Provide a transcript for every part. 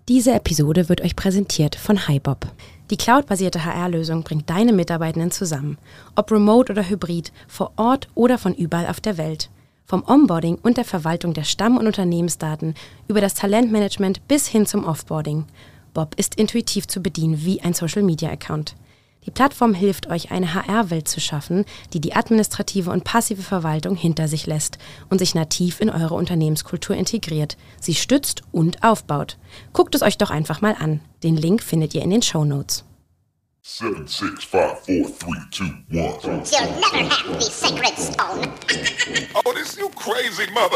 Diese Episode wird euch präsentiert von HiBob. Die cloudbasierte HR-Lösung bringt deine Mitarbeitenden zusammen. Ob remote oder hybrid, vor Ort oder von überall auf der Welt. Vom Onboarding und der Verwaltung der Stamm- und Unternehmensdaten über das Talentmanagement bis hin zum Offboarding. Bob ist intuitiv zu bedienen wie ein Social-Media-Account. Die Plattform hilft euch, eine HR-Welt zu schaffen, die die administrative und passive Verwaltung hinter sich lässt und sich nativ in eure Unternehmenskultur integriert, sie stützt und aufbaut. Guckt es euch doch einfach mal an. Den Link findet ihr in den Shownotes. 7, 6, 5, 4, 3, 2, 1. You'll never have the sacred stone. Oh, this you crazy mother.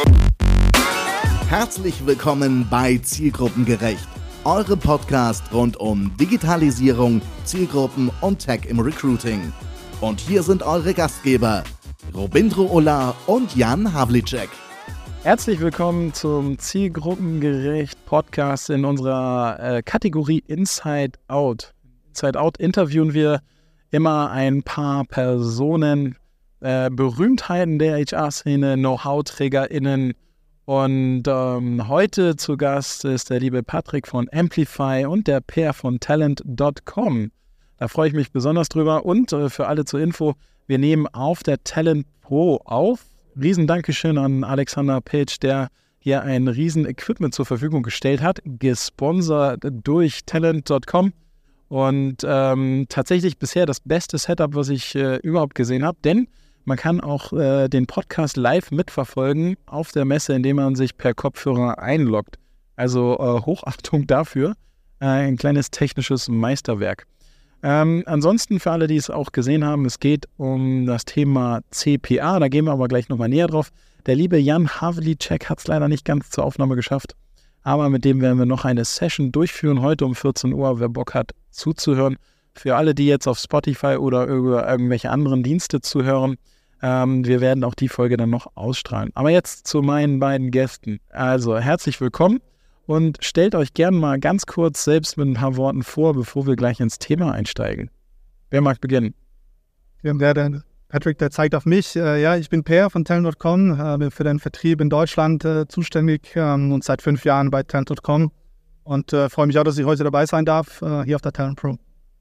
Herzlich willkommen bei Zielgruppengerecht, eure Podcast rund um Digitalisierung, Zielgruppen und Tech im Recruiting. Und hier sind eure Gastgeber, Robindro Ola und Jan Havlicek. Herzlich willkommen zum Zielgruppengerecht Podcast in unserer Kategorie Inside Out. Inside Out interviewen wir immer ein paar Personen, Berühmtheiten der HR-Szene, Know-how-TrägerInnen. Und heute zu Gast ist der liebe Patrick von Amplify und der Per von Talent.com. Da freue ich mich besonders drüber. Und für alle zur Info, wir nehmen auf der Talent Pro auf. Riesen Dankeschön an Alexander Page, der hier ein riesen Equipment zur Verfügung gestellt hat, gesponsert durch Talent.com. Und tatsächlich bisher das beste Setup, was ich überhaupt gesehen habe, denn man kann auch den Podcast live mitverfolgen auf der Messe, indem man sich per Kopfhörer einloggt. Also Hochachtung dafür. Ein kleines technisches Meisterwerk. Ansonsten für alle, die es auch gesehen haben, es geht um das Thema CPA. Da gehen wir aber gleich nochmal näher drauf. Der liebe Jan Havlicek hat es leider nicht ganz zur Aufnahme geschafft. Aber mit dem werden wir noch eine Session durchführen, heute um 14 Uhr, wer Bock hat zuzuhören. Für alle, die jetzt auf Spotify oder über irgendwelche anderen Dienste zuhören, wir werden auch die Folge dann noch ausstrahlen. Aber jetzt zu meinen beiden Gästen. Also herzlich willkommen und stellt euch gern mal ganz kurz selbst mit ein paar Worten vor, bevor wir gleich ins Thema einsteigen. Wer mag beginnen? Ja, der Patrick, der zeigt auf mich. Ich bin Per von Talent.com, bin für den Vertrieb in Deutschland zuständig und seit 5 Jahren bei Talent.com und freue mich auch, dass ich heute dabei sein darf, hier auf der Talent Pro.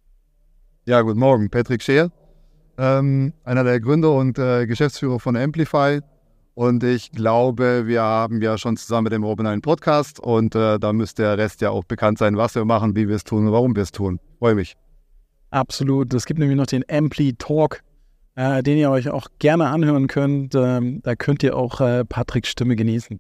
Ja, guten Morgen, Patrick Scheer, einer der Gründer und Geschäftsführer von Amplify. Und ich glaube, wir haben ja schon zusammen mit dem Robin einen Podcast und da müsste der Rest ja auch bekannt sein, was wir machen, wie wir es tun und warum wir es tun. Freue mich. Absolut. Es gibt nämlich noch den Ampli Talk, den ihr euch auch gerne anhören könnt. Da könnt ihr auch Patricks Stimme genießen.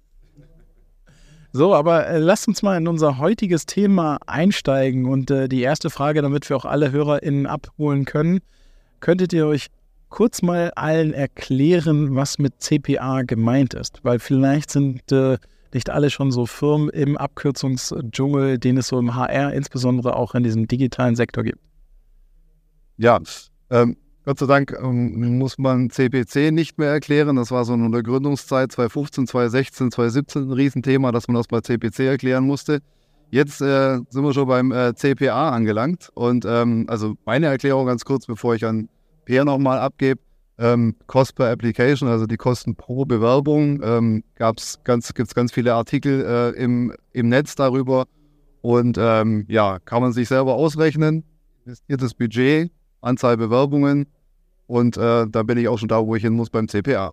So, aber lasst uns mal in unser heutiges Thema einsteigen und die erste Frage, damit wir auch alle HörerInnen abholen können, könntet ihr euch kurz mal allen erklären, was mit CPA gemeint ist? Weil vielleicht sind nicht alle schon so Firmen im Abkürzungsdschungel, den es so im HR, insbesondere auch in diesem digitalen Sektor gibt. Ja, Gott sei Dank muss man CPC nicht mehr erklären. Das war so in der Gründungszeit 2015, 2016, 2017 ein Riesenthema, dass man das bei CPC erklären musste. Jetzt sind wir schon beim CPA angelangt. Und also meine Erklärung ganz kurz, bevor ich an Per nochmal abgebe. Cost per Application, also die Kosten pro Bewerbung. Gibt's ganz viele Artikel im Netz darüber. Und kann man sich selber ausrechnen. Investiertes Budget, Anzahl Bewerbungen und da bin ich auch schon da, wo ich hin muss beim CPA.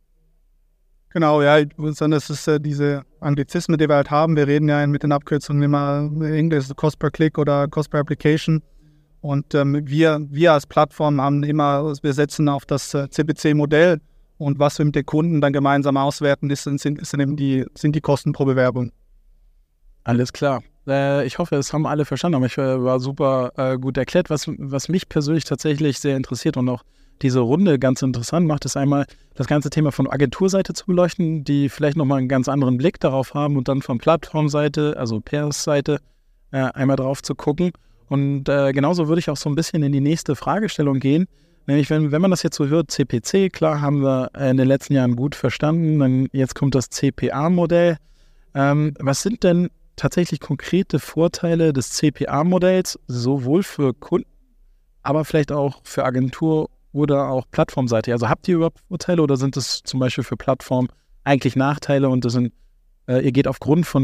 Genau, ja, ich würde sagen, das ist diese Anglizismen, die wir halt haben. Wir reden ja mit den Abkürzungen immer Englisch, Cost per Click oder Cost per Application. Und wir als Plattform wir setzen auf das CPC-Modell und was wir mit den Kunden dann gemeinsam auswerten, sind die Kosten pro Bewerbung. Alles klar. Ich hoffe, es haben alle verstanden, aber ich war super gut erklärt. Was mich persönlich tatsächlich sehr interessiert und auch diese Runde ganz interessant macht, ist einmal das ganze Thema von Agenturseite zu beleuchten, die vielleicht nochmal einen ganz anderen Blick darauf haben und dann von Plattformseite, also Pers Seite, einmal drauf zu gucken. Und genauso würde ich auch so ein bisschen in die nächste Fragestellung gehen. Nämlich, wenn man das jetzt so hört, CPC, klar, haben wir in den letzten Jahren gut verstanden. Dann jetzt kommt das CPA-Modell. Was sind denn tatsächlich konkrete Vorteile des CPA-Modells, sowohl für Kunden, aber vielleicht auch für Agentur oder auch Plattformseite? Also habt ihr überhaupt Vorteile oder sind es zum Beispiel für Plattformen eigentlich Nachteile und ihr geht aufgrund von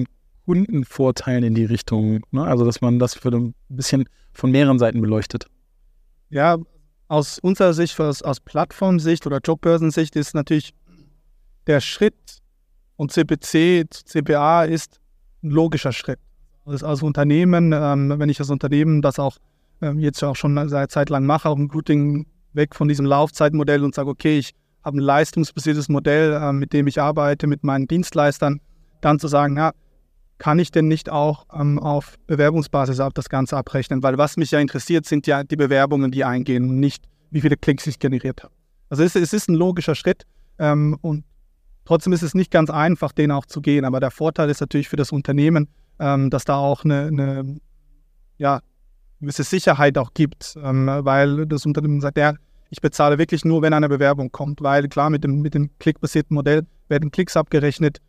Kundenvorteilen in die Richtung, ne? Also dass man das für ein bisschen von mehreren Seiten beleuchtet. Ja, aus unserer Sicht, aus Plattformsicht oder Jobbörsensicht ist natürlich der Schritt von CPC zu CPA ist ein logischer Schritt. Als Unternehmen, wenn ich als Unternehmen das auch jetzt auch schon seit Zeit lang mache, auch ein Recruiting weg von diesem Laufzeitmodell und sage, okay, ich habe ein leistungsbasiertes Modell, mit dem ich arbeite, mit meinen Dienstleistern, dann zu sagen, ja, kann ich denn nicht auch auf Bewerbungsbasis auf das Ganze abrechnen? Weil was mich ja interessiert, sind ja die Bewerbungen, die eingehen und nicht, wie viele Klicks ich generiert habe. Also es ist ein logischer Schritt und trotzdem ist es nicht ganz einfach, den auch zu gehen. Aber der Vorteil ist natürlich für das Unternehmen, dass da auch eine gewisse Sicherheit auch gibt, weil das Unternehmen sagt, ja, ich bezahle wirklich nur, wenn eine Bewerbung kommt. Weil klar, mit dem klickbasierten Modell werden Klicks abgerechnet,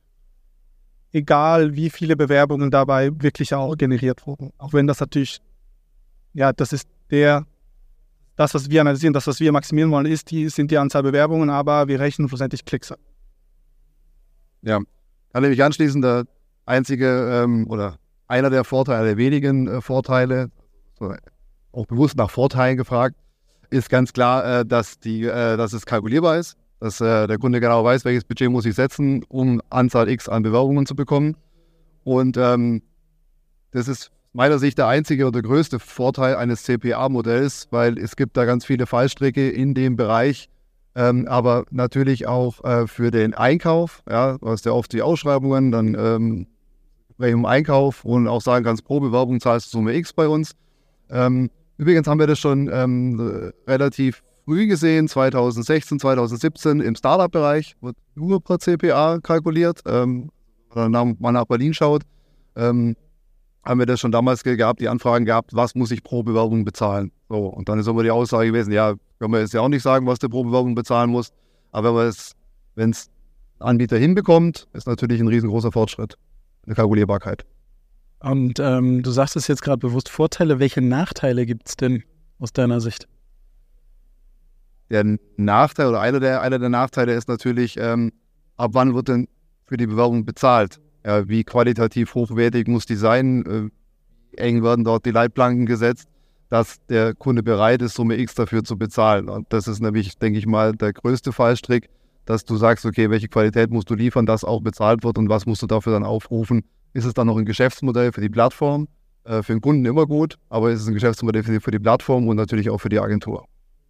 egal wie viele Bewerbungen dabei wirklich auch generiert wurden. Auch wenn das natürlich, ja, das ist das, was wir analysieren, das, was wir maximieren wollen, sind die Anzahl Bewerbungen, aber wir rechnen schlussendlich Klicks ab. Ja, kann ich mich anschließen, der einzige oder einer der Vorteile, der wenigen Vorteile, auch bewusst nach Vorteilen gefragt, ist ganz klar, dass es kalkulierbar ist, dass der Kunde genau weiß, welches Budget muss ich setzen, um Anzahl X an Bewerbungen zu bekommen. Und das ist meiner Sicht der einzige oder größte Vorteil eines CPA-Modells, weil es gibt da ganz viele Fallstricke in dem Bereich, aber natürlich auch für den Einkauf. Ja, du hast ja oft die Ausschreibungen, dann im Einkauf und auch sagen kannst, pro Bewerbung zahlst du Summe X bei uns. Übrigens haben wir das schon relativ früh gesehen, 2016, 2017 im Startup-Bereich, wird nur per CPA kalkuliert. Wenn man nach Berlin schaut, haben wir das schon damals gehabt, die Anfragen gehabt, was muss ich pro Bewerbung bezahlen? So, und dann ist immer die Aussage gewesen, ja, können wir jetzt ja auch nicht sagen, was du pro Bewerbung bezahlen musst, aber wenn es Anbieter hinbekommt, ist natürlich ein riesengroßer Fortschritt, eine Kalkulierbarkeit. Und du sagst es jetzt gerade bewusst, Vorteile, welche Nachteile gibt es denn aus deiner Sicht? Der Nachteil oder einer der Nachteile ist natürlich, ab wann wird denn für die Bewerbung bezahlt? Ja, wie qualitativ hochwertig muss die sein? Eng werden dort die Leitplanken gesetzt, dass der Kunde bereit ist, Summe X dafür zu bezahlen. Und das ist nämlich, denke ich mal, der größte Fallstrick, dass du sagst, okay, welche Qualität musst du liefern, dass auch bezahlt wird und was musst du dafür dann aufrufen? Ist es dann noch ein Geschäftsmodell für die Plattform? Für den Kunden immer gut, aber ist es ein Geschäftsmodell für die Plattform und natürlich auch für die Agentur?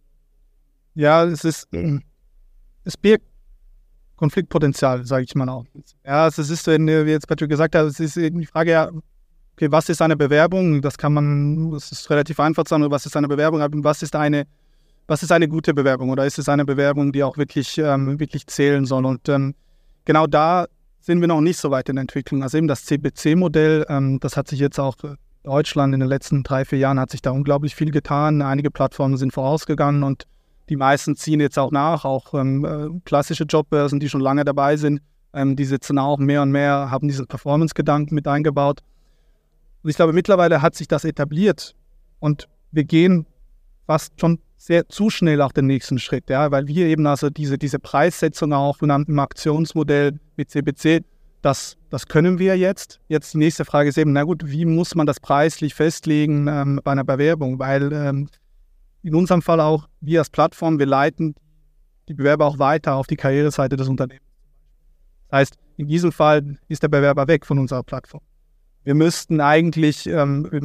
Ja, es birgt Konfliktpotenzial, sage ich mal auch. Ja, es ist, wie jetzt Patrick gesagt hat, es ist die Frage, ja, okay, was ist eine Bewerbung? Das ist relativ einfach zu sagen, was ist eine Bewerbung, aber was ist eine gute Bewerbung oder ist es eine Bewerbung, die auch wirklich zählen soll? Und genau da sind wir noch nicht so weit in der Entwicklung. Also eben das CPC-Modell, das hat sich jetzt auch Deutschland in den letzten 3-4 Jahren hat sich da unglaublich viel getan. Einige Plattformen sind vorausgegangen und die meisten ziehen jetzt auch nach, auch klassische Jobbörsen, die schon lange dabei sind, die sitzen auch mehr und mehr, haben diesen Performance-Gedanken mit eingebaut. Und ich glaube, mittlerweile hat sich das etabliert und wir gehen fast schon sehr zu schnell auch den nächsten Schritt, ja, weil wir eben also diese Preissetzung auch im Aktionsmodell mit CPC, das können wir jetzt. Jetzt die nächste Frage ist eben, na gut, wie muss man das preislich festlegen bei einer Bewerbung, weil in unserem Fall auch, wir als Plattform, wir leiten die Bewerber auch weiter auf die Karriereseite des Unternehmens. Das heißt, in diesem Fall ist der Bewerber weg von unserer Plattform. Wir müssten eigentlich zu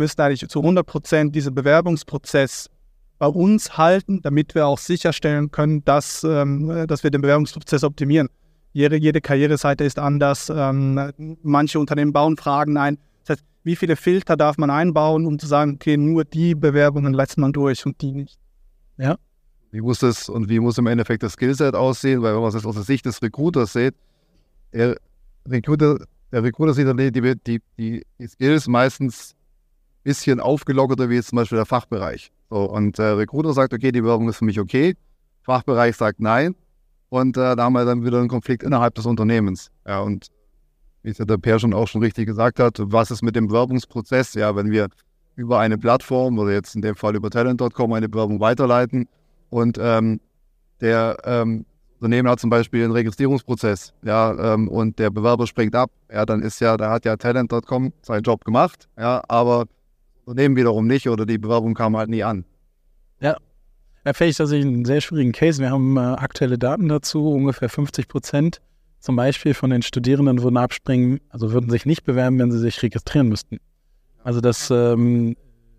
100% diesen Bewerbungsprozess bei uns halten, damit wir auch sicherstellen können, dass wir den Bewerbungsprozess optimieren. Jede Karriereseite ist anders. Manche Unternehmen bauen Fragen ein. Das heißt, wie viele Filter darf man einbauen, um zu sagen, okay, nur die Bewerbungen lässt man durch und die nicht. Ja. Wie muss im Endeffekt das Skillset aussehen? Weil wenn man es aus der Sicht des Recruiters sieht, der Recruiter sieht dann die Skills meistens ein bisschen aufgelockerter wie jetzt zum Beispiel der Fachbereich. So, und der Recruiter sagt, okay, die Bewerbung ist für mich okay. Fachbereich sagt nein. Und da haben wir dann wieder einen Konflikt innerhalb des Unternehmens. Ja, und wie es ja der Per schon richtig gesagt hat, was ist mit dem Bewerbungsprozess? Ja, wenn wir über eine Plattform oder jetzt in dem Fall über Talent.com eine Bewerbung weiterleiten und der Unternehmen hat zum Beispiel einen Registrierungsprozess, ja, und der Bewerber springt ab, ja, dann da hat ja Talent.com seinen Job gemacht, ja, aber das Unternehmen wiederum nicht oder die Bewerbung kam halt nie an. Ja, da fände ich tatsächlich einen sehr schwierigen Case. Wir haben aktuelle Daten dazu, ungefähr 50% zum Beispiel von den Studierenden würden abspringen, also würden sich nicht bewerben, wenn sie sich registrieren müssten. Also das fand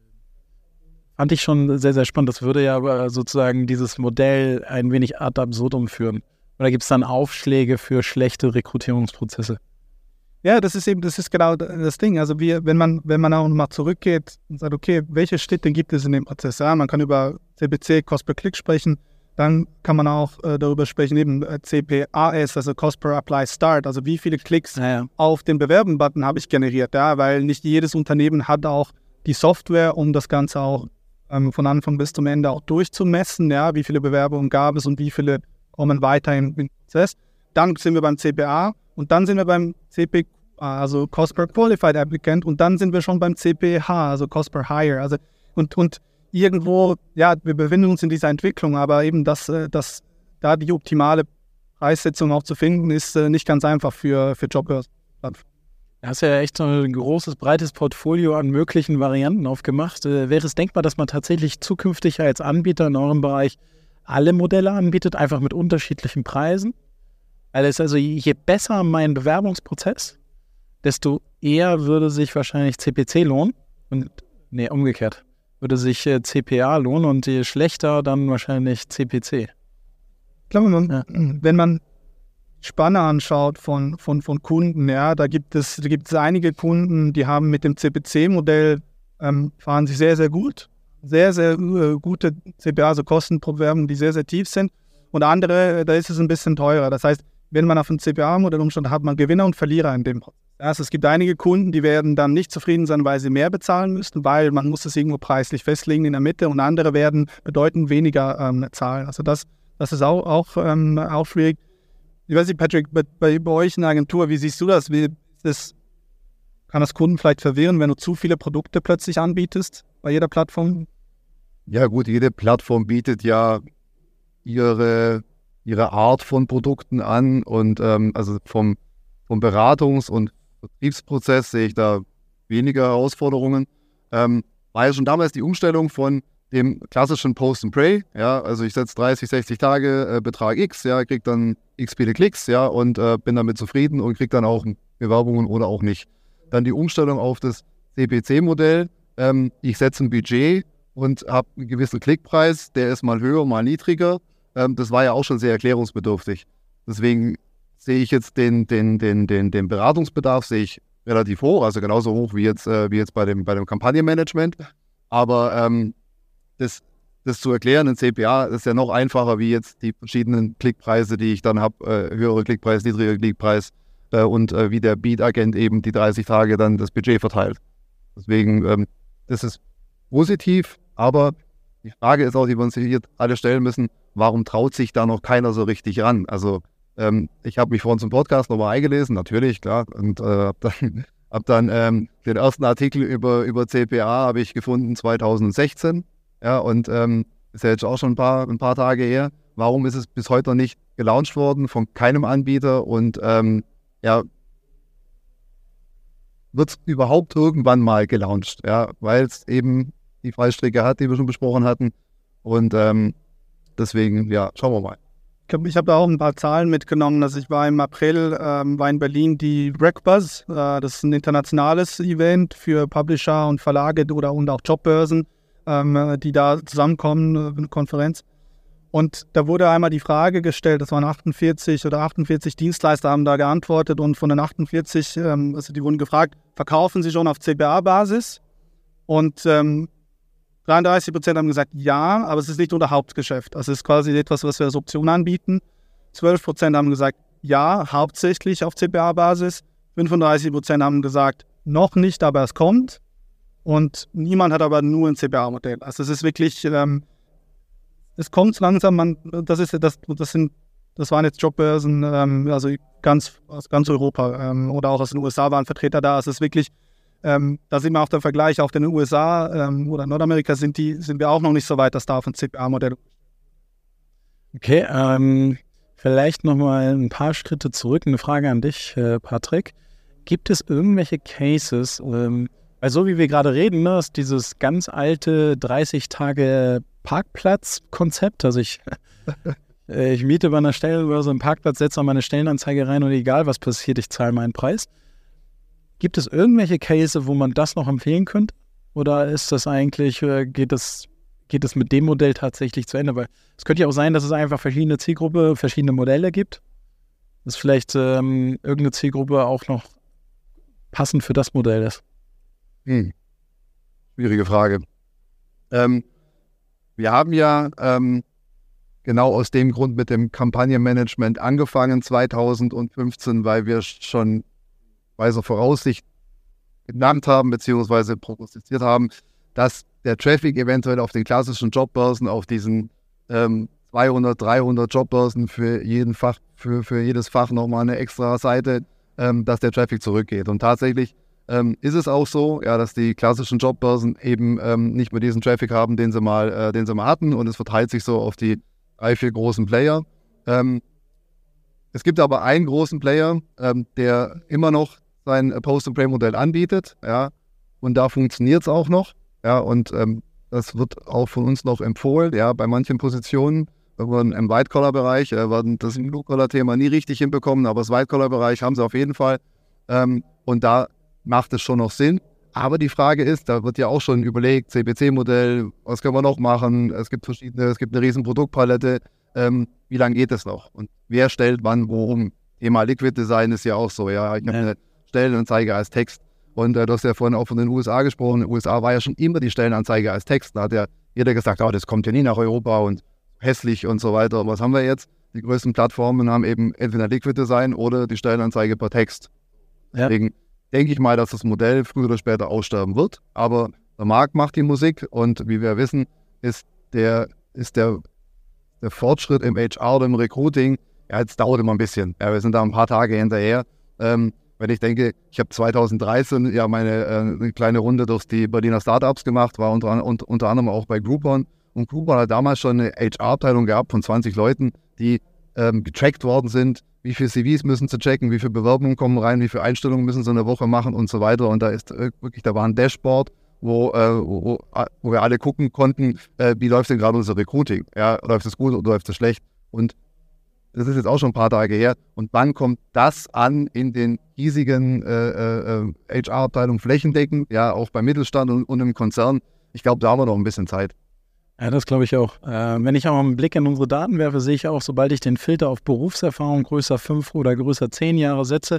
ich schon sehr, sehr spannend. Das würde ja sozusagen dieses Modell ein wenig ad absurdum führen. Oder gibt es dann Aufschläge für schlechte Rekrutierungsprozesse? Ja, das ist genau das Ding. Also wenn man auch mal zurückgeht und sagt, okay, welche Schritte gibt es in dem Prozess? Ja, man kann über CPC, Cost per Click sprechen. Dann kann man auch darüber sprechen, eben CPAS, also Cost per Apply Start, also wie viele Klicks auf den Bewerben-Button habe ich generiert, ja, weil nicht jedes Unternehmen hat auch die Software, um das Ganze auch von Anfang bis zum Ende auch durchzumessen, ja, wie viele Bewerbungen gab es und wie viele kommen weiter im Prozess. Dann sind wir beim CPA und dann sind wir beim CPA, also Cost per Qualified Applicant, und dann sind wir schon beim CPH, also Cost per Hire, also und irgendwo, ja, wir befinden uns in dieser Entwicklung, aber eben, dass da die optimale Preissetzung auch zu finden, ist nicht ganz einfach für Jobbörsen. Du hast ja echt so ein großes, breites Portfolio an möglichen Varianten aufgemacht. Wäre es denkbar, dass man tatsächlich zukünftig als Anbieter in eurem Bereich alle Modelle anbietet, einfach mit unterschiedlichen Preisen? Weil es also, je besser mein Bewerbungsprozess, desto eher würde sich wahrscheinlich CPC lohnen. Umgekehrt. Würde sich CPA lohnen und je schlechter dann wahrscheinlich CPC. Ich glaube, wenn man Spanne anschaut von Kunden, ja, da gibt es einige Kunden, die haben mit dem CPC-Modell fahren sie sehr, sehr gut. Sehr, sehr gute CPA, also Kosten pro Bewerbung, die sehr, sehr tief sind. Und andere, da ist es ein bisschen teurer. Das heißt, wenn man auf ein CPA-Modell umstellt, hat man Gewinner und Verlierer in dem Prozess. Also es gibt einige Kunden, die werden dann nicht zufrieden sein, weil sie mehr bezahlen müssten, weil man muss es irgendwo preislich festlegen in der Mitte, und andere werden bedeutend weniger zahlen. Also das ist auch schwierig. Ich weiß nicht, Patrick, bei euch in der Agentur, wie siehst du das? Kann das Kunden vielleicht verwirren, wenn du zu viele Produkte plötzlich anbietest bei jeder Plattform? Ja gut, jede Plattform bietet ja ihre Art von Produkten an, und also vom Beratungs- und Vertriebsprozess sehe ich da weniger Herausforderungen. War ja schon damals die Umstellung von dem klassischen Post and Pray, ja, also ich setze 30, 60 Tage Betrag X, ja, kriege dann x viele Klicks, ja, und bin damit zufrieden und kriege dann auch Bewerbungen oder auch nicht. Dann die Umstellung auf das CPC-Modell, ich setze ein Budget und habe einen gewissen Klickpreis, der ist mal höher, mal niedriger. Das war ja auch schon sehr erklärungsbedürftig. Deswegen sehe ich jetzt den Beratungsbedarf sehe ich relativ hoch, also genauso hoch wie jetzt bei dem Kampagnenmanagement. Aber das zu erklären in CPA ist ja noch einfacher wie jetzt die verschiedenen Klickpreise, die ich dann habe, höhere Klickpreis, niedriger Klickpreis und wie der Beat-Agent eben die 30 Tage dann das Budget verteilt. Deswegen, das ist positiv, aber die Frage ist auch, die wir uns hier alle stellen müssen, warum traut sich da noch keiner so richtig ran? Also ich habe mich vor unserem Podcast nochmal eingelesen, natürlich, klar, und habe dann den ersten Artikel über CPA habe ich gefunden 2016, ja, und ist ja jetzt auch schon ein paar Tage her. Warum ist es bis heute noch nicht gelauncht worden von keinem Anbieter, und wird es überhaupt irgendwann mal gelauncht, ja, weil es eben die Fallstricke hat, die wir schon besprochen hatten, und deswegen, ja, schauen wir mal. Ich habe da auch ein paar Zahlen mitgenommen. Also ich war im April war in Berlin die RecBuzz. Das ist ein internationales Event für Publisher und Verlage und auch Jobbörsen, die da zusammenkommen, eine Konferenz. Und da wurde einmal die Frage gestellt, das waren 48 Dienstleister haben da geantwortet, und von den 48, also die wurden gefragt, verkaufen sie schon auf CPA-Basis? Und 33% haben gesagt, ja, aber es ist nicht unser Hauptgeschäft. Also es ist quasi etwas, was wir als Option anbieten. 12% haben gesagt, ja, hauptsächlich auf CPA-Basis. 35% haben gesagt, noch nicht, aber es kommt. Und niemand hat aber nur ein CPA-Modell. Also es ist wirklich, es kommt langsam, das waren jetzt Jobbörsen, also aus ganz Europa oder auch aus den USA waren Vertreter da. Also es ist wirklich, da sieht man auch der Vergleich, auch in den USA oder Nordamerika sind wir auch noch nicht so weit, dass da auf ein CPA-Modell. Okay, Vielleicht nochmal ein paar Schritte zurück. Eine Frage an dich, Patrick. Gibt es irgendwelche Cases, weil so wie wir gerade reden, ne, ist dieses ganz alte 30 Tage Parkplatz-Konzept, also ich miete bei einer Stellenbörse einen Parkplatz, setze an meine Stellenanzeige rein und egal was passiert, ich zahle meinen Preis. Gibt es irgendwelche Cases, wo man das noch empfehlen könnte? Oder ist das eigentlich, geht es mit dem Modell tatsächlich zu Ende? Weil es könnte ja auch sein, dass es einfach verschiedene Zielgruppen, verschiedene Modelle gibt. Dass vielleicht irgendeine Zielgruppe auch noch passend für das Modell ist. Schwierige Frage. Wir haben ja genau aus dem Grund mit dem Kampagnenmanagement angefangen 2015, weil wir schon weiser Voraussicht genannt haben, beziehungsweise prognostiziert haben, dass der Traffic eventuell auf den klassischen Jobbörsen, auf diesen 200, 300 Jobbörsen für jedes Fach nochmal eine extra Seite, dass der Traffic zurückgeht. Und tatsächlich ist es auch so, ja, dass die klassischen Jobbörsen eben nicht mehr diesen Traffic haben, den sie mal hatten, und es verteilt sich so auf die 3, 4 großen Player. Es gibt aber einen großen Player, der immer noch sein Post-and-Pray-Modell anbietet, ja, und da funktioniert es auch noch, ja, und das wird auch von uns noch empfohlen, ja, bei manchen Positionen. Im White-Collar-Bereich werden das im Blue-Collar-Thema nie richtig hinbekommen, aber das White-Collar-Bereich haben sie auf jeden Fall, und da macht es schon noch Sinn. Aber die Frage ist, da wird ja auch schon überlegt, CPC-Modell, was können wir noch machen? Es gibt eine riesen Produktpalette. Wie lange geht es noch? Und wer stellt wann, worum? Thema Liquid Design ist ja auch so. Ja, ich habe eine Stellenanzeige als Text. Und du hast ja vorhin auch von den USA gesprochen. In den USA war ja schon immer die Stellenanzeige als Text. Da hat ja jeder gesagt, das kommt ja nie nach Europa und hässlich und so weiter. Und was haben wir jetzt? Die größten Plattformen haben eben entweder Liquid Design oder die Stellenanzeige per Text. Ja. Deswegen denke ich mal, dass das Modell früher oder später aussterben wird. Aber der Markt macht die Musik, und wie wir wissen, ist der Fortschritt im HR oder im Recruiting, ja, jetzt dauert immer ein bisschen. Ja, wir sind da ein paar Tage hinterher. Wenn ich denke, ich habe 2013 ja eine kleine Runde durch die Berliner Startups gemacht, war unter anderem auch bei Groupon. Und Groupon hat damals schon eine HR-Abteilung gehabt von 20 Leuten, die getrackt worden sind. Wie viele CVs müssen sie checken, wie viele Bewerbungen kommen rein, wie viele Einstellungen müssen sie in der Woche machen und so weiter. Und da war ein Dashboard, wo wir alle gucken konnten, wie läuft denn gerade unser Recruiting? Ja, läuft es gut oder läuft es schlecht? Und das ist jetzt auch schon ein paar Tage her. Und wann kommt das an in den hiesigen HR-Abteilungen flächendeckend, ja, auch beim Mittelstand und im Konzern? Ich glaube, da haben wir noch ein bisschen Zeit. Ja, das glaube ich auch. Wenn ich auch mal einen Blick in unsere Daten werfe, sehe ich auch, sobald ich den Filter auf Berufserfahrung größer 5 oder größer 10 Jahre setze,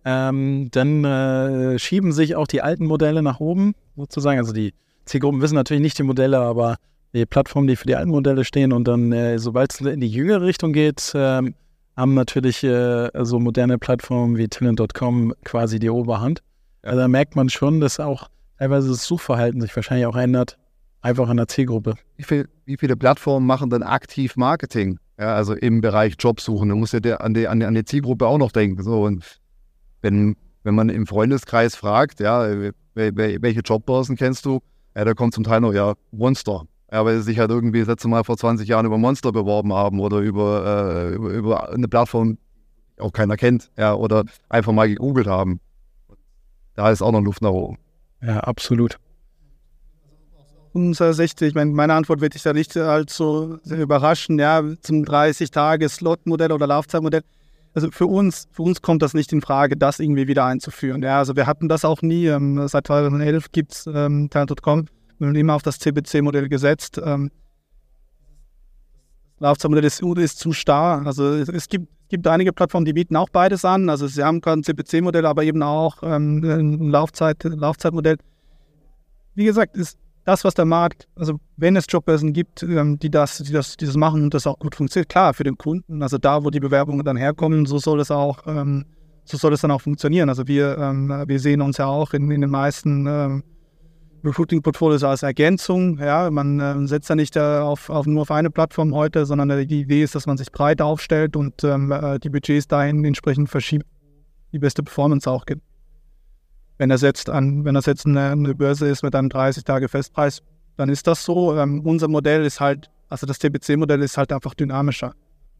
dann schieben sich auch die alten Modelle nach oben, sozusagen. Also die Zielgruppen wissen natürlich nicht die Modelle, aber die Plattformen, die für die alten Modelle stehen, und dann, sobald es in die jüngere Richtung geht, haben natürlich so moderne Plattformen wie Talent.com quasi die Oberhand. Also da merkt man schon, dass auch teilweise das Suchverhalten sich wahrscheinlich auch ändert. Einfach an der Zielgruppe. Wie viele Plattformen machen denn aktiv Marketing? Ja, also im Bereich Jobsuchen. Da muss ja an die Zielgruppe auch noch denken. So, und wenn man im Freundeskreis fragt, ja, welche Jobbörsen kennst du? Ja, da kommt zum Teil noch, ja, Monster. Ja, weil sie sich halt irgendwie das letzte Mal vor 20 Jahren über Monster beworben haben oder über eine Plattform, die auch keiner kennt, ja, oder einfach mal gegoogelt haben. Da ist auch noch Luft nach oben. Ja, absolut. Unserer Sicht, ich meine Antwort wird dich da nicht allzu überraschen, ja, zum 30-Tage-Slot-Modell oder Laufzeitmodell. Also für uns kommt das nicht in Frage, das irgendwie wieder einzuführen. Ja, also wir hatten das auch nie. Seit 2011 gibt es Talent.com. Wir haben immer auf das CPC-Modell gesetzt. Laufzeitmodell ist zu starr. Also es gibt einige Plattformen, die bieten auch beides an. Also sie haben kein CPC-Modell, aber eben auch ein Laufzeitmodell. Wie gesagt, ist das, was der Markt, also wenn es Jobbörsen gibt, die das machen und das auch gut funktioniert, klar, für den Kunden, also da, wo die Bewerbungen dann herkommen, so soll es dann auch funktionieren. Also wir sehen uns ja auch in den meisten Recruiting-Portfolios als Ergänzung. Ja, man setzt ja nicht nur auf eine Plattform heute, sondern die Idee ist, dass man sich breit aufstellt und die Budgets dahin entsprechend verschiebt, die beste Performance auch gibt. Wenn das jetzt eine Börse ist mit einem 30-Tage-Festpreis, dann ist das so. Unser Modell ist halt, also das TPC-Modell ist halt einfach dynamischer. Du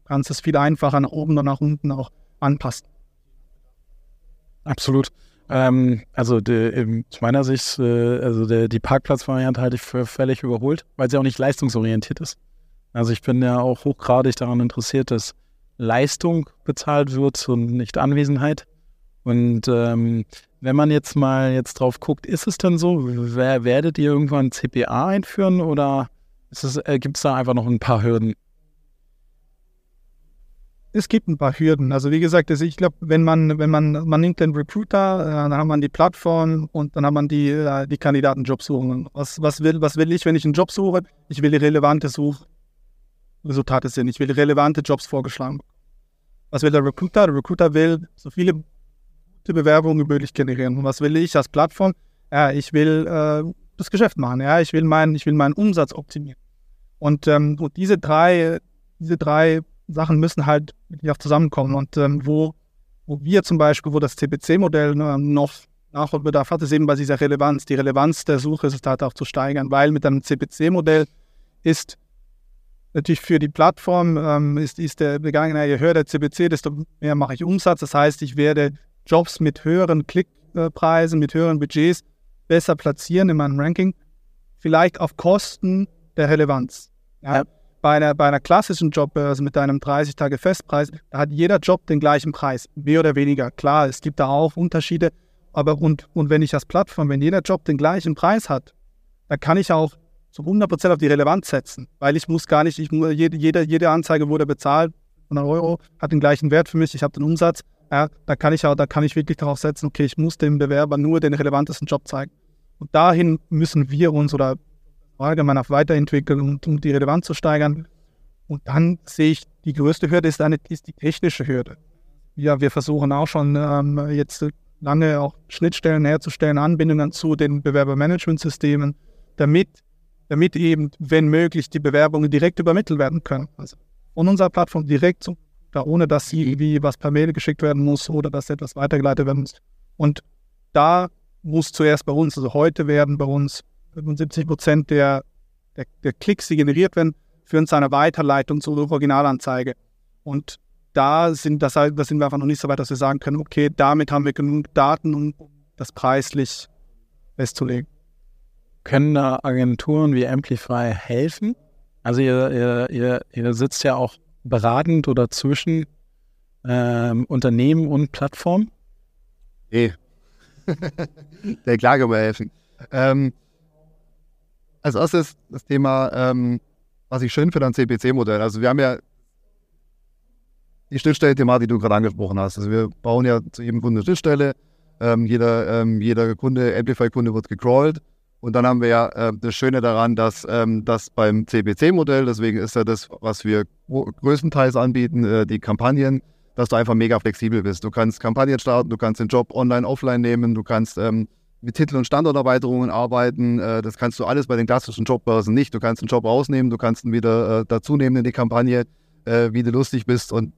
kannst es viel einfacher nach oben und nach unten auch anpassen. Absolut. Also aus meiner Sicht, die Parkplatzvariante halte ich für völlig überholt, weil sie auch nicht leistungsorientiert ist. Also ich bin ja auch hochgradig daran interessiert, dass Leistung bezahlt wird und nicht Anwesenheit. Und wenn man jetzt drauf guckt, ist es denn so, werdet ihr irgendwann CPA einführen oder gibt es da einfach noch ein paar Hürden? Es gibt ein paar Hürden. Also wie gesagt, ich glaube, wenn man nimmt den Recruiter, dann hat man die Plattform und dann hat man die Kandidatenjobsuchungen. Was will ich, wenn ich einen Job suche? Ich will die relevante Suchresultate sehen. Ich will relevante Jobs vorgeschlagen. Was will der Recruiter? Der Recruiter will so viele gute Bewerbungen wie möglich generieren. Und was will ich als Plattform? Ja, ich will das Geschäft machen. Ja, ich will meinen Umsatz optimieren. Und diese drei Sachen müssen halt wirklich auch zusammenkommen. Und wo wir zum Beispiel, wo das CPC-Modell noch Nachholbedarf hat, ist eben bei dieser Relevanz. Die Relevanz der Suchresultate auch zu steigern, weil mit einem CPC-Modell ist natürlich für die Plattform ist der Begangener, je höher der CPC, desto mehr mache ich Umsatz. Das heißt, ich werde Jobs mit höheren Klickpreisen, mit höheren Budgets besser platzieren in meinem Ranking, vielleicht auf Kosten der Relevanz. Ja. Bei einer klassischen Jobbörse mit einem 30-Tage-Festpreis, da hat jeder Job den gleichen Preis, mehr oder weniger. Klar, es gibt da auch Unterschiede, aber und wenn ich als Plattform, wenn jeder Job den gleichen Preis hat, dann kann ich auch zu 100% auf die Relevanz setzen, weil ich muss gar nicht, jede Anzeige wurde bezahlt, 100 Euro, hat den gleichen Wert für mich, ich habe den Umsatz, ja, da kann ich wirklich darauf setzen, okay, ich muss dem Bewerber nur den relevantesten Job zeigen. Und dahin müssen wir uns oder allgemein auf weiterentwickeln, um die Relevanz zu steigern. Und dann sehe ich, die größte Hürde ist die technische Hürde. Ja, wir versuchen auch schon jetzt lange auch Schnittstellen herzustellen, Anbindungen zu den Bewerbermanagementsystemen, damit eben, wenn möglich, die Bewerbungen direkt übermittelt werden können. Also von unserer Plattform direkt ohne dass irgendwie was per Mail geschickt werden muss oder dass etwas weitergeleitet werden muss. Und da muss zuerst bei uns, also heute werden bei uns 75% der Klicks, die generiert werden, führen zu einer Weiterleitung zur Originalanzeige. Und da sind wir einfach noch nicht so weit, dass wir sagen können, okay, damit haben wir genug Daten, um das preislich festzulegen. Können da Agenturen wie Amplify helfen? Also ihr sitzt ja auch beratend oder zwischen Unternehmen und Plattformen? Nee. Klar können wir helfen. Als erstes das Thema, was ich schön finde am CPC-Modell. Also wir haben ja die Schnittstelle-Thematik, die du gerade angesprochen hast. Also wir bauen ja zu jedem Kunde eine Schnittstelle. Jeder Kunde, Amplify-Kunde wird gecrawlt. Und dann haben wir ja das Schöne daran, dass beim CPC-Modell, deswegen ist ja das, was wir größtenteils anbieten, die Kampagnen, dass du einfach mega flexibel bist. Du kannst Kampagnen starten, du kannst den Job online, offline nehmen, du kannst mit Titel- und Standorterweiterungen arbeiten. Das kannst du alles bei den klassischen Jobbörsen nicht. Du kannst einen Job rausnehmen, du kannst ihn wieder dazu nehmen in die Kampagne, wie du lustig bist. Und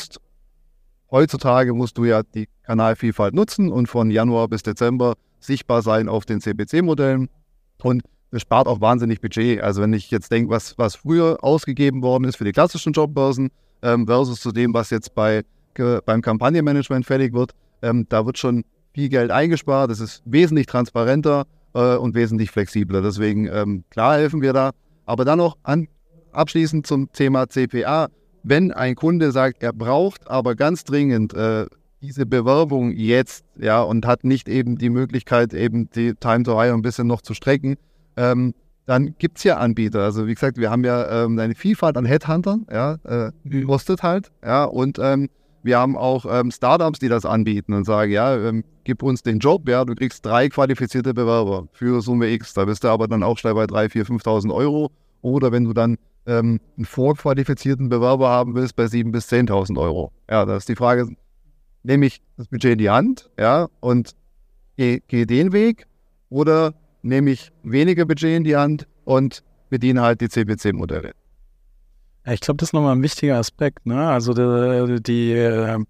heutzutage musst du ja die Kanalvielfalt nutzen und von Januar bis Dezember sichtbar sein auf den CPC-Modellen. Und das spart auch wahnsinnig Budget. Also wenn ich jetzt denke, was früher ausgegeben worden ist für die klassischen Jobbörsen versus zu dem, was jetzt beim Kampagnenmanagement fällig wird, da wird schon viel Geld eingespart. Das ist wesentlich transparenter und wesentlich flexibler. Deswegen, klar helfen wir da. Aber dann noch abschließend zum Thema CPA. Wenn ein Kunde sagt, er braucht aber ganz dringend diese Bewerbung jetzt, ja, und hat nicht eben die Möglichkeit, eben die Time to Hire ein bisschen noch zu strecken, dann gibt es ja Anbieter. Also wie gesagt, wir haben ja eine Vielfalt an Headhuntern, ja, kostet halt, ja, und wir haben auch Startups, die das anbieten und sagen, ja, gib uns den Job, ja, du kriegst 3 qualifizierte Bewerber für Summe X, da bist du aber dann auch schnell bei 3.000, 4.000, 5.000 Euro. Oder wenn du dann einen vorqualifizierten Bewerber haben willst, bei 7.000 bis 10.000 Euro. Ja, da ist die Frage, nehme ich das Budget in die Hand, ja, und gehe den Weg, oder nehme ich weniger Budget in die Hand und bediene halt die CPC-Modelle. Ja, ich glaube, das ist nochmal ein wichtiger Aspekt, ne? Also die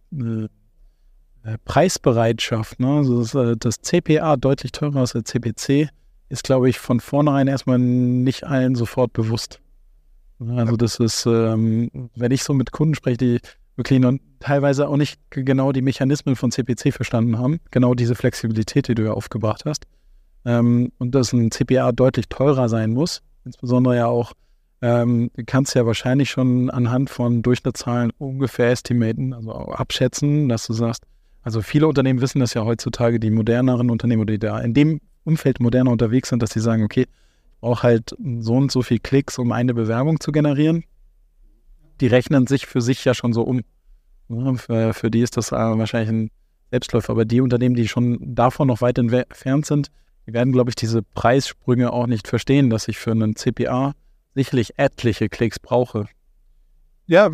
Preisbereitschaft, ne? Also das CPA deutlich teurer als der CPC ist, glaube ich, von vornherein erstmal nicht allen sofort bewusst. Also das ist, wenn ich so mit Kunden spreche, die wirklich noch teilweise auch nicht genau die Mechanismen von CPC verstanden haben, genau diese Flexibilität, die du ja aufgebracht hast, und dass ein CPA deutlich teurer sein muss, insbesondere ja auch, du kannst ja wahrscheinlich schon anhand von Durchschnittszahlen ungefähr estimaten, also auch abschätzen, dass du sagst, also viele Unternehmen wissen das ja heutzutage, die moderneren Unternehmen oder die da in dem Umfeld moderner unterwegs sind, dass sie sagen, okay, ich brauche halt so und so viel Klicks, um eine Bewerbung zu generieren. Die rechnen sich für sich ja schon so um. Ja, für die ist das wahrscheinlich ein Selbstläufer. Aber die Unternehmen, die schon davon noch weit entfernt sind, die werden, glaube ich, diese Preissprünge auch nicht verstehen, dass ich für einen CPA sicherlich etliche Klicks brauche. Ja,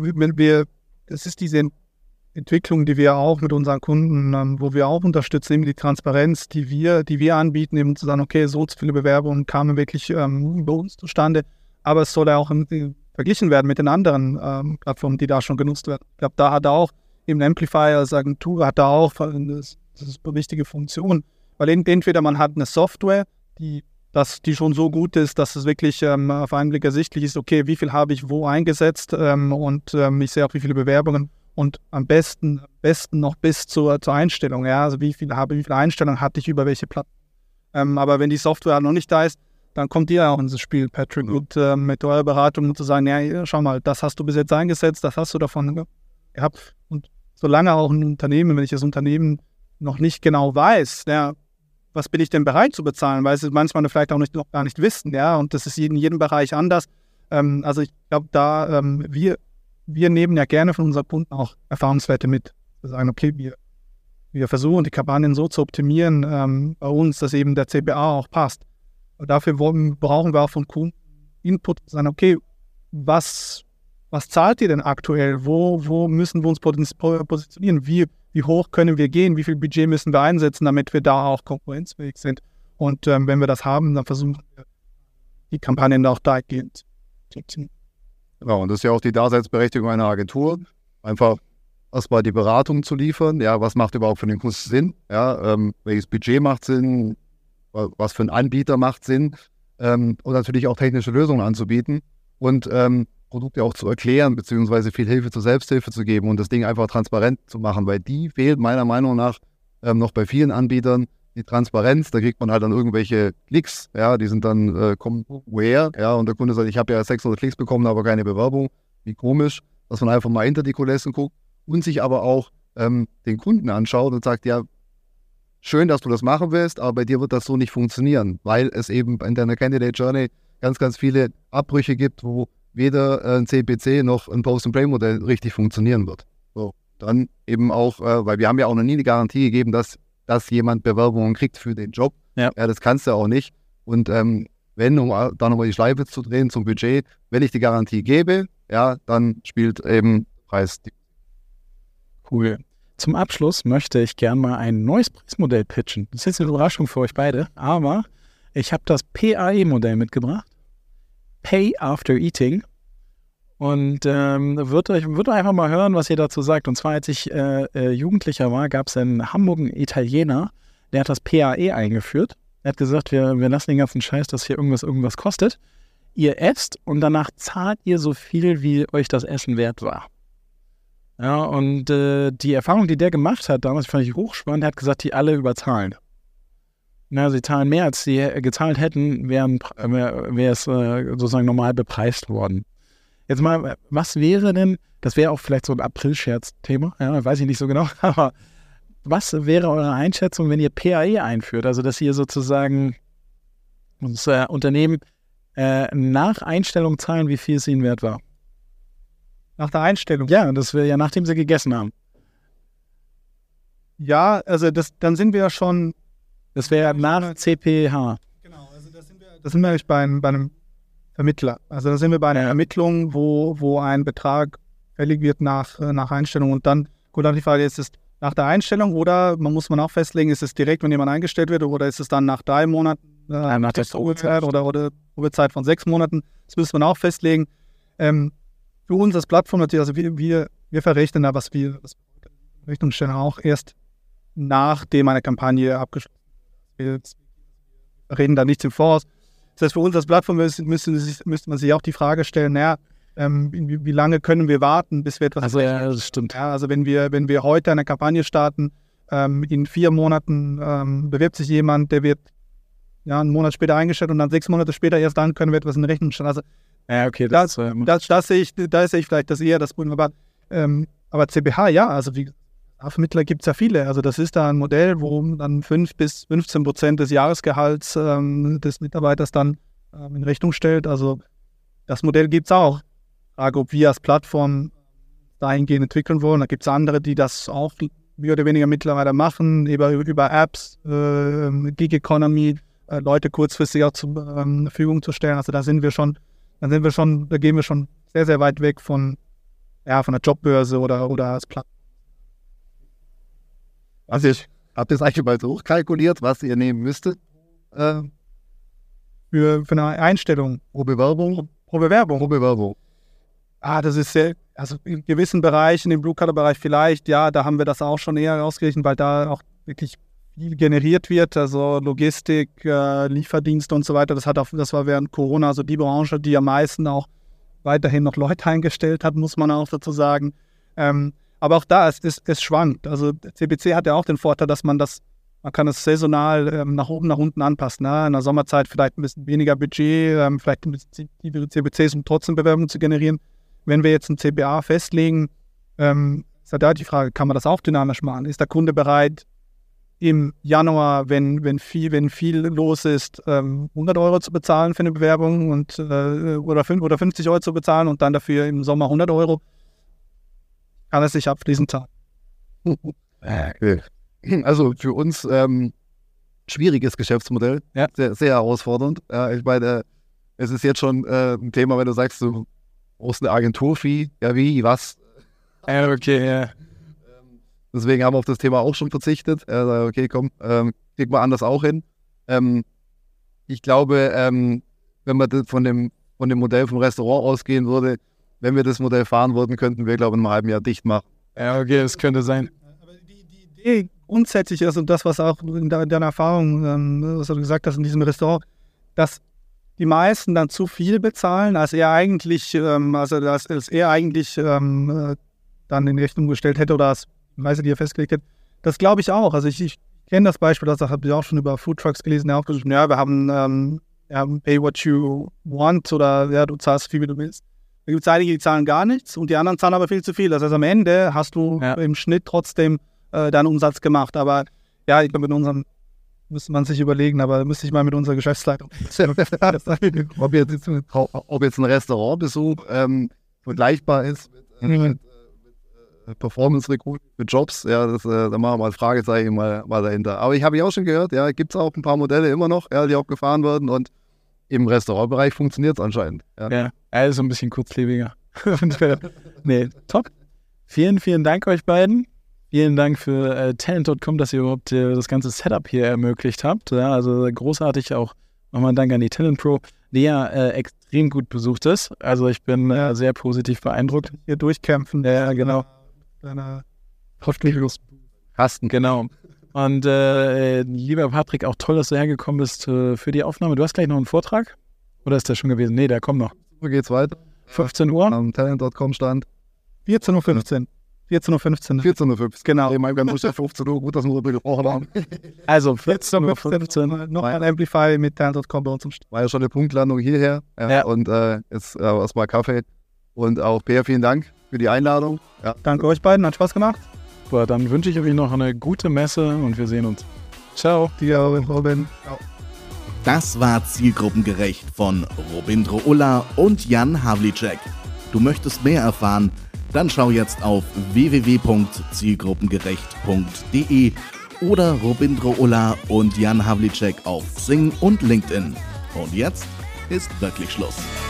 das ist diese Entwicklung, die wir auch mit unseren Kunden, wo wir auch unterstützen, eben die Transparenz, die wir anbieten, eben zu sagen, okay, so viele Bewerbungen kamen wirklich bei uns zustande, aber es soll ja auch verglichen werden mit den anderen Plattformen, die da schon genutzt werden. Ich glaube, da hat auch eben Amplifier als Agentur hat da auch das ist eine wichtige Funktion, weil entweder man hat eine Software, die schon so gut ist, dass es wirklich auf einen Blick ersichtlich ist, okay, wie viel habe ich wo eingesetzt und ich sehe auch, wie viele Bewerbungen und am besten noch bis zur Einstellung, ja, also wie viele Einstellungen hatte ich über welche Plattform. Aber wenn die Software noch nicht da ist, dann kommt ihr auch ins Spiel, Patrick, und mit eurer Beratung zu sagen, ja, schau mal, das hast du bis jetzt eingesetzt, das hast du davon gehabt. Und solange auch ein Unternehmen, wenn ich das Unternehmen noch nicht genau weiß, ja, was bin ich denn bereit zu bezahlen, weil sie manchmal vielleicht auch noch gar nicht wissen, ja, und das ist in jedem Bereich anders. Also ich glaube, da wir nehmen ja gerne von unseren Kunden auch Erfahrungswerte mit. Wir sagen, okay, wir versuchen die Kampagnen so zu optimieren bei uns, dass eben der CPA auch passt. Und dafür brauchen wir auch von Kunden Input, sagen, okay, was zahlt ihr denn aktuell? Wo müssen wir uns positionieren? Wie hoch können wir gehen? Wie viel Budget müssen wir einsetzen, damit wir da auch konkurrenzfähig sind? Und wenn wir das haben, dann versuchen wir, die Kampagnen auch dahingehend zu optimieren. Genau, und das ist ja auch die Daseinsberechtigung einer Agentur, einfach erstmal die Beratung zu liefern, ja, was macht überhaupt für den Kunden Sinn, ja, welches Budget macht Sinn, was für ein Anbieter macht Sinn und natürlich auch technische Lösungen anzubieten und Produkte auch zu erklären, beziehungsweise viel Hilfe zur Selbsthilfe zu geben und das Ding einfach transparent zu machen, weil die fehlt meiner Meinung nach noch bei vielen Anbietern, die Transparenz, da kriegt man halt dann irgendwelche Klicks, ja, die sind dann, kommen woher, ja, und der Kunde sagt, ich habe ja 600 Klicks bekommen, aber keine Bewerbung, wie komisch, dass man einfach mal hinter die Kulissen guckt und sich aber auch den Kunden anschaut und sagt, ja, schön, dass du das machen willst, aber bei dir wird das so nicht funktionieren, weil es eben in deiner Candidate Journey ganz, ganz viele Abbrüche gibt, wo weder ein CPC noch ein Post-and-Pray-Modell richtig funktionieren wird. So, dann eben auch, weil wir haben ja auch noch nie eine Garantie gegeben, dass jemand Bewerbungen kriegt für den Job. Ja, das kannst du auch nicht. Und wenn, um da nochmal die Schleife zu drehen zum Budget, wenn ich die Garantie gebe, ja, dann spielt eben Preis. Cool. Zum Abschluss möchte ich gerne mal ein neues Preismodell pitchen. Das ist jetzt eine Überraschung für euch beide, aber ich habe das PAE-Modell mitgebracht. Pay After Eating. Und würde einfach mal hören, was ihr dazu sagt. Und zwar, als ich Jugendlicher war, gab es in Hamburg einen Italiener, der hat das PAE eingeführt. Er hat gesagt, wir lassen den ganzen Scheiß, dass hier irgendwas kostet. Ihr esst und danach zahlt ihr so viel, wie euch das Essen wert war. Ja, und die Erfahrung, die der gemacht hat, damals fand ich hochspannend, er hat gesagt, die alle überzahlen. Na, sie zahlen mehr, als sie gezahlt hätten, wäre es sozusagen normal bepreist worden. Jetzt mal, was wäre denn, das wäre auch vielleicht so ein April-Scherz-Thema, ja, weiß ich nicht so genau, aber was wäre eure Einschätzung, wenn ihr PAE einführt? Also, dass ihr sozusagen das Unternehmen nach Einstellung zahlen, wie viel es ihnen wert war. Nach der Einstellung? Ja, das wäre ja nachdem sie gegessen haben. Ja, also dann sind wir ja schon... Das wäre nach CPH. Genau, also da sind wir bei einem Vermittler. Also da sind wir bei einer Ermittlung, wo ein Betrag fällig wird nach Einstellung. Und dann, gut, die Frage ist es nach der Einstellung oder muss man auch festlegen, ist es direkt, wenn jemand eingestellt wird oder ist es dann nach 3 Monaten nach der Probezeit oder Probezeit von 6 Monaten? Das müssen wir auch festlegen. Für uns als Plattform natürlich, also wir verrechnen da, was wir Rechnung stellen, auch erst nachdem eine Kampagne abgeschlossen ist. Wir reden da nichts im Voraus. Das heißt, für uns als Plattform müsste man sich auch die Frage stellen, naja, wie lange können wir warten, bis wir etwas... Also ja, das stimmt. Ja, also wenn wir heute eine Kampagne starten, in 4 Monaten bewirbt sich jemand, der wird einen Monat später eingestellt und dann 6 Monate später erst dann können wir etwas in Rechnung stellen. Also Ja, okay, da sehe ich vielleicht das eher das Problem. Aber CBH, ja, also wie Vermittler gibt es ja viele. Also das ist da ein Modell, wo dann 5-15% des Jahresgehalts des Mitarbeiters dann in Rechnung stellt. Also das Modell gibt es auch. Frage, ob wir als Plattform dahingehend entwickeln wollen. Da gibt es andere, die das auch mehr oder weniger mittlerweile machen, über Apps, Gig Economy, Leute kurzfristig auch zur Verfügung zu stellen. Also da gehen wir schon sehr, sehr weit weg von der Jobbörse oder als Plattform. Habt ihr es eigentlich mal so hochkalkuliert, was ihr nehmen müsstet? Für eine Einstellung. Pro Bewerbung? Pro Bewerbung. Pro Bewerbung. Das ist also in gewissen Bereichen, im Blue-Collar-Bereich vielleicht, ja, da haben wir das auch schon eher ausgerechnet, weil da auch wirklich viel generiert wird, also Logistik, Lieferdienste und so weiter. Das war während Corona also die Branche, die am meisten auch weiterhin noch Leute eingestellt hat, muss man auch dazu sagen. Aber auch da, es schwankt. Also CPC hat ja auch den Vorteil, dass man kann es saisonal nach oben, nach unten anpassen. Ne? In der Sommerzeit vielleicht ein bisschen weniger Budget, vielleicht ein bisschen tiefere CPCs, um trotzdem Bewerbungen zu generieren. Wenn wir jetzt ein CBA festlegen, ist ja da die Frage, kann man das auch dynamisch machen? Ist der Kunde bereit, im Januar, wenn viel los ist, 100 Euro zu bezahlen für eine Bewerbung oder 50 Euro zu bezahlen und dann dafür im Sommer 100 Euro? Kann es sich abschließend zahlen. Also für uns schwieriges Geschäftsmodell, ja. Sehr, sehr herausfordernd. Ich meine, es ist jetzt schon ein Thema, wenn du sagst, du brauchst eine Agenturfee, ja wie, was? Okay, ja. Deswegen haben wir auf das Thema auch schon verzichtet. Okay, komm, kriegen wir anders auch hin. Ich glaube, wenn man von dem Modell vom Restaurant ausgehen würde, wenn wir das Modell fahren würden, könnten wir, glaube ich, in einem halben Jahr dicht machen. Ja, okay, das könnte sein. Aber die Idee grundsätzlich ist, und das, was auch in deiner Erfahrung, was du gesagt hast in diesem Restaurant, dass die meisten dann zu viel bezahlen, als er eigentlich, dann in Rechnung gestellt hätte oder als Preise, die er festgelegt hat. Das glaube ich auch. Also ich kenne das Beispiel, das habe ich auch schon über Foodtrucks gelesen, der auch gesagt, ja, wir haben pay what you want oder ja, du zahlst viel, wie du willst. Da gibt es einige, die zahlen gar nichts und die anderen zahlen aber viel zu viel. Das heißt, am Ende hast du im Schnitt trotzdem deinen Umsatz gemacht. Aber ja, ich glaube, mit unserem müsste man sich überlegen, aber da müsste ich mal mit unserer Geschäftsleitung. Ob jetzt ein Restaurantbesuch vergleichbar ist mit Performance Recruiting für Jobs, ja, da machen wir mal Fragezeichen mal dahinter. Aber ich habe auch schon gehört, ja, gibt es auch ein paar Modelle immer noch, ja, die auch gefahren werden und im Restaurantbereich funktioniert es anscheinend. Ja, also ein bisschen kurzlebiger. Nee, top. Vielen, vielen Dank euch beiden. Vielen Dank für Talent.com, dass ihr überhaupt das ganze Setup hier ermöglicht habt. Ja, also großartig auch nochmal ein Dank an die Talent Pro, die ja extrem gut besucht ist. Also ich bin sehr positiv beeindruckt. Hier durchkämpfen. Ja, genau. Kasten. Genau. Und lieber Patrick, auch toll, dass du hergekommen bist für die Aufnahme. Du hast gleich noch einen Vortrag? Oder ist der schon gewesen? Nee, der kommt noch. So geht's weiter. 15 Uhr? Am Talent.com stand. 14.15 Uhr. 14.15 Uhr. Genau. Ich meine, wir haben 15 Uhr, gut, dass wir darüber gesprochen haben. Also 14.15 Uhr. Noch ein Amplify mit Talent.com bei uns im Start. War ja schon eine Punktlandung hierher. Ja. Und jetzt erstmal Kaffee. Und auch Peer, vielen Dank für die Einladung. Ja. Danke euch beiden, hat Spaß gemacht. Super, dann wünsche ich euch noch eine gute Messe und wir sehen uns. Ciao. Dir, Robin. Ciao. Das war Zielgruppengerecht von Robindro Ulla und Jan Havlicek. Du möchtest mehr erfahren? Dann schau jetzt auf www.zielgruppengerecht.de oder Robindro Ulla und Jan Havlicek auf Xing und LinkedIn. Und jetzt ist wirklich Schluss.